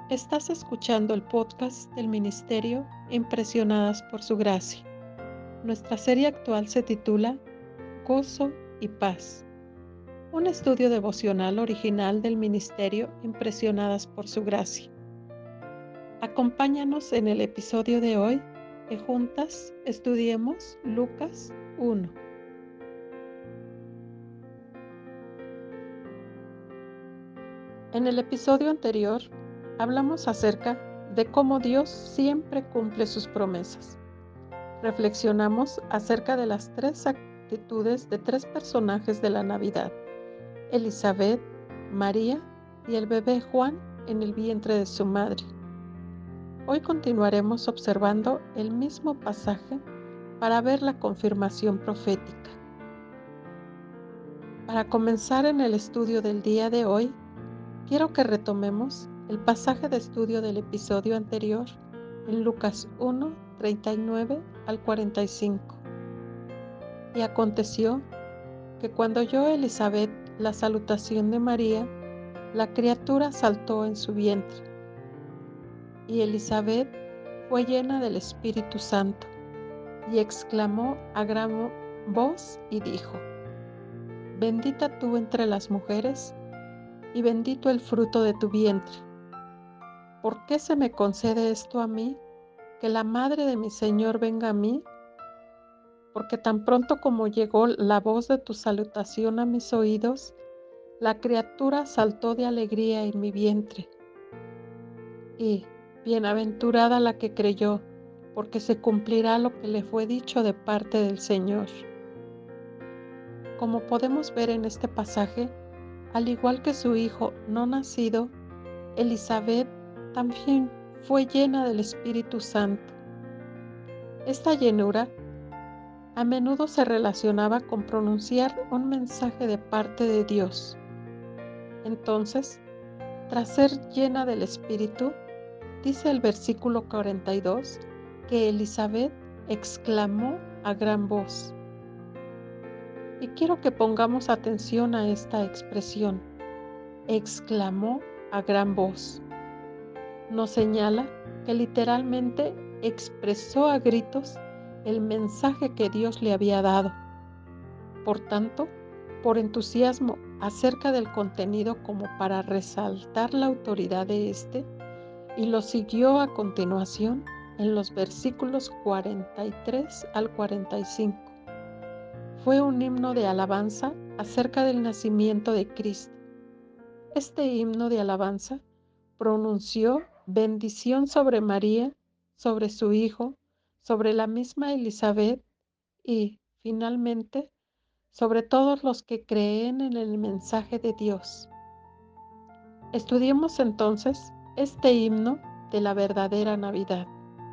Estás escuchando el podcast del Ministerio Impresionadas por Su Gracia. Nuestra serie actual se titula Gozo y Paz, un estudio devocional original del Ministerio Impresionadas por Su Gracia. Acompáñanos en el episodio de hoy que juntas estudiemos Lucas 1. En el episodio anterior hablamos acerca de cómo Dios siempre cumple sus promesas. Reflexionamos acerca de las tres actitudes de tres personajes de la Navidad: Elizabeth, María y el bebé Juan en el vientre de su madre. Hoy continuaremos observando el mismo pasaje para ver la confirmación profética. Para comenzar en el estudio del día de hoy, quiero que retomemos el pasaje de estudio del episodio anterior en Lucas 1, 39 al 45. Y aconteció que cuando oyó Elizabeth la salutación de María, la criatura saltó en su vientre. Y Elizabeth fue llena del Espíritu Santo, y exclamó a gran voz y dijo: Bendita tú entre las mujeres, y bendito el fruto de tu vientre. ¿Por qué se me concede esto a mí, que la madre de mi Señor venga a mí? Porque tan pronto como llegó la voz de tu salutación a mis oídos, la criatura saltó de alegría en mi vientre. Y bienaventurada la que creyó, porque se cumplirá lo que le fue dicho de parte del Señor. Como podemos ver en este pasaje, al igual que su hijo no nacido, Elizabeth también fue llena del Espíritu Santo. Esta llenura a menudo se relacionaba con pronunciar un mensaje de parte de Dios. Entonces, tras ser llena del Espíritu, dice el versículo 42 que Elizabeth exclamó a gran voz. Y quiero que pongamos atención a esta expresión: exclamó a gran voz. Nos señala que literalmente expresó a gritos el mensaje que Dios le había dado. Por tanto, por entusiasmo acerca del contenido como para resaltar la autoridad de éste, y lo siguió a continuación en los versículos 43 al 45. Fue un himno de alabanza acerca del nacimiento de Cristo. Este himno de alabanza pronunció bendición sobre María, sobre su hijo, sobre la misma Elizabeth y, finalmente, sobre todos los que creen en el mensaje de Dios. Estudiemos entonces este himno de la verdadera Navidad.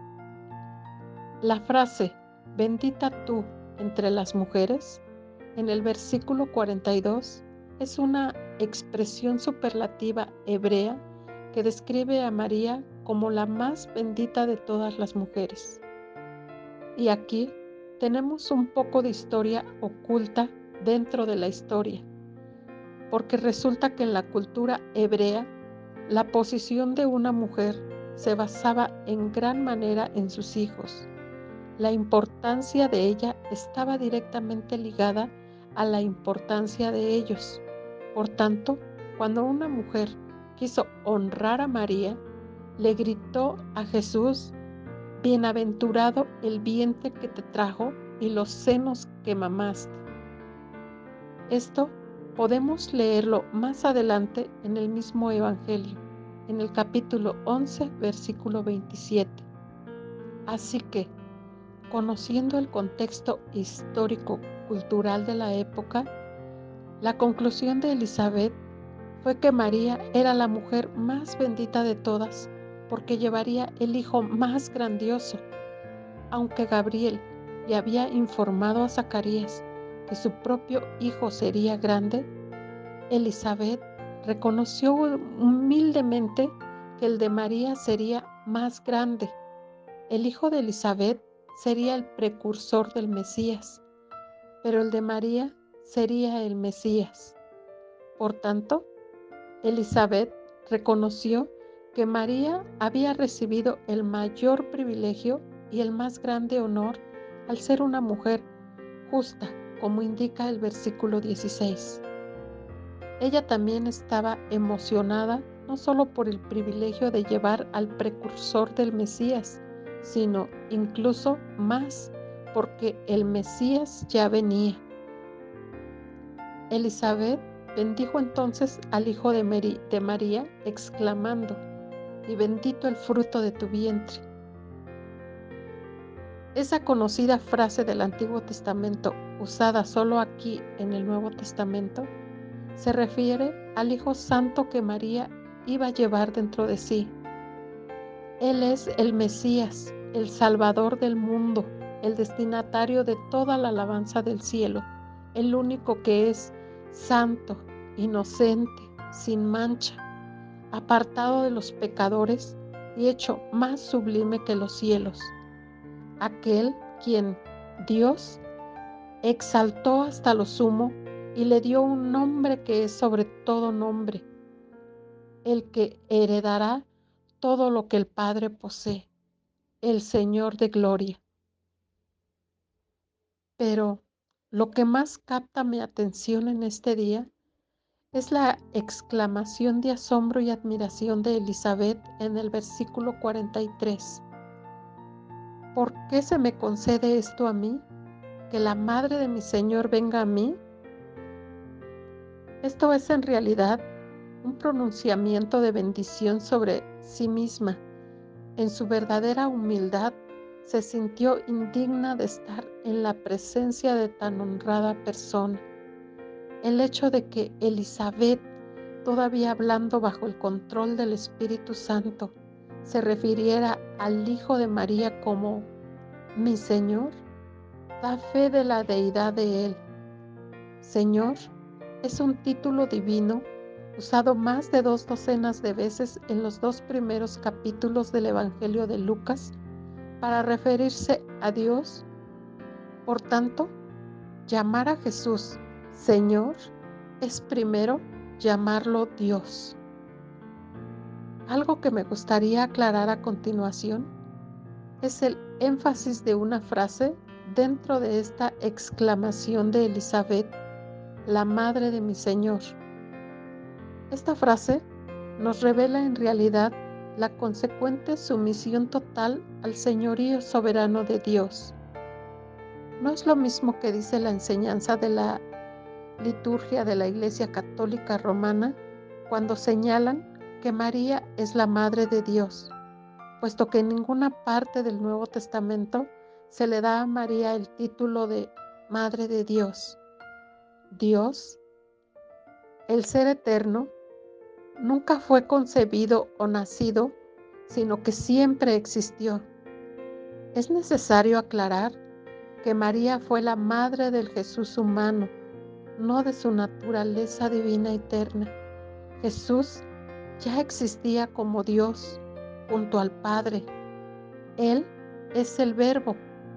La frase bendita tú entre las mujeres en el versículo 42 es una expresión superlativa hebrea que describe a María como la más bendita de todas las mujeres. Y aquí tenemos un poco de historia oculta dentro de la historia, porque resulta que en la cultura hebrea la posición de una mujer se basaba en gran manera en sus hijos. La importancia de ella estaba directamente ligada a la importancia de ellos. Por tanto, cuando una mujer quiso honrar a María, le gritó a Jesús: Bienaventurado el vientre que te trajo y los senos que mamaste. Esto podemos leerlo más adelante en el mismo Evangelio, en el capítulo 11, versículo 27. Así que, conociendo el contexto histórico-cultural de la época, la conclusión de Elizabeth fue que María era la mujer más bendita de todas, porque llevaría el hijo más grandioso. Aunque Gabriel le había informado a Zacarías que su propio hijo sería grande, Elizabeth reconoció humildemente que el de María sería más grande. El hijo de Elizabeth sería el precursor del Mesías, pero el de María sería el Mesías. Por tanto, Elizabeth reconoció que María había recibido el mayor privilegio y el más grande honor al ser una mujer justa, como indica el versículo 16. Ella también estaba emocionada no solo por el privilegio de llevar al precursor del Mesías, sino incluso más porque el Mesías ya venía. Elizabeth bendijo entonces al hijo de María, exclamando: y bendito el fruto de tu vientre. Esa conocida frase del Antiguo Testamento, usada solo aquí en el Nuevo Testamento, se refiere al Hijo Santo que María iba a llevar dentro de sí. Él es el Mesías, el Salvador del mundo, el destinatario de toda la alabanza del cielo, el único que es santo, inocente, sin mancha, apartado de los pecadores y hecho más sublime que los cielos. Aquel quien Dios exaltó hasta lo sumo y le dio un nombre que es sobre todo nombre, el que heredará todo lo que el Padre posee, el Señor de gloria. Pero lo que más capta mi atención en este día es la exclamación de asombro y admiración de Elizabeth en el versículo 43. ¿Por qué se me concede esto a mí? ¿Que la madre de mi Señor venga a mí? Esto es en realidad un pronunciamiento de bendición sobre sí misma. En su verdadera humildad, se sintió indigna de estar en la presencia de tan honrada persona. El hecho de que Elizabeth, todavía hablando bajo el control del Espíritu Santo, se refiriera al Hijo de María como mi Señor, da fe de la deidad de él. Señor es un título divino usado más de 2 docenas de veces en los 2 primeros capítulos del Evangelio de Lucas para referirse a Dios. Por tanto, llamar a Jesús Señor es primero llamarlo Dios. Algo que me gustaría aclarar a continuación es el énfasis de una frase dentro de esta exclamación de Elizabeth, la madre de mi Señor. Esta frase nos revela en realidad la consecuente sumisión total al señorío soberano de Dios. No es lo mismo que dice la enseñanza de la liturgia de la Iglesia Católica Romana cuando señalan que María es la Madre de Dios, puesto que en ninguna parte del Nuevo Testamento se le da a María el título de Madre de Dios. Dios, el Ser Eterno, nunca fue concebido o nacido, sino que siempre existió. Es necesario aclarar que María fue la madre del Jesús humano, no de su naturaleza divina eterna. Jesús ya existía como Dios junto al Padre. Él es el Verbo.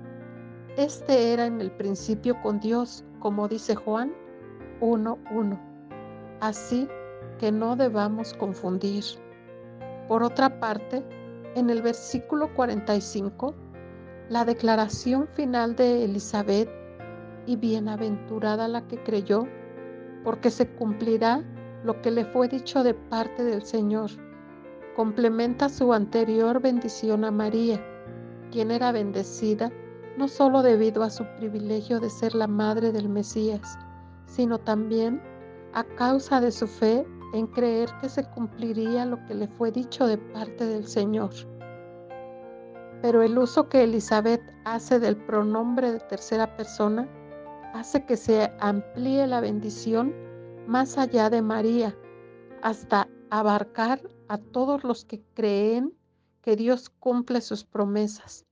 Este era en el principio con Dios, como dice Juan 1:1. Así que no debamos confundir. Por otra parte, en el versículo 45, la declaración final de Elizabeth: y bienaventurada la que creyó, porque se cumplirá lo que le fue dicho de parte del Señor, complementa su anterior bendición a María, quien era bendecida no solo debido a su privilegio de ser la madre del Mesías, sino también a causa de su fe en creer que se cumpliría lo que le fue dicho de parte del Señor. Pero el uso que Elizabeth hace del pronombre de tercera persona hace que se amplíe la bendición más allá de María, hasta abarcar a todos los que creen que Dios cumple sus promesas.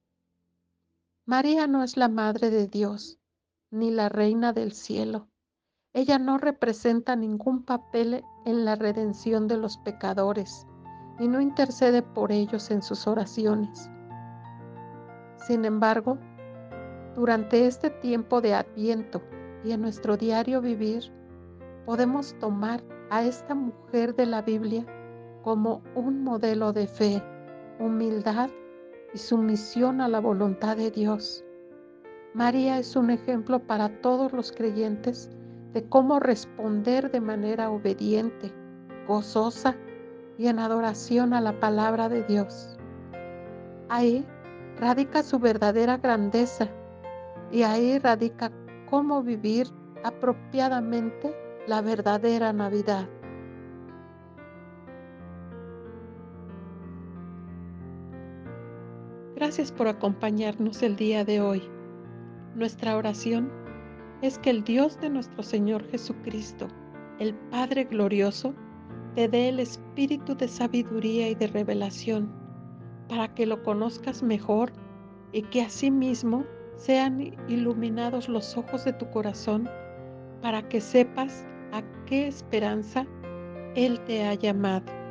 María no es la Madre de Dios, ni la Reina del cielo. Ella no representa ningún papel en la redención de los pecadores y no intercede por ellos en sus oraciones. Sin embargo, durante este tiempo de Adviento y en nuestro diario vivir, podemos tomar a esta mujer de la Biblia como un modelo de fe, humildad y sumisión a la voluntad de Dios. María es un ejemplo para todos los creyentes de cómo responder de manera obediente, gozosa y en adoración a la palabra de Dios. Ahí radica su verdadera grandeza y ahí radica cómo vivir apropiadamente la verdadera Navidad. Gracias por acompañarnos el día de hoy. Nuestra oración es que el Dios de nuestro Señor Jesucristo, el Padre glorioso, te dé el espíritu de sabiduría y de revelación para que lo conozcas mejor y que asimismo sean iluminados los ojos de tu corazón para que sepas a qué esperanza Él te ha llamado.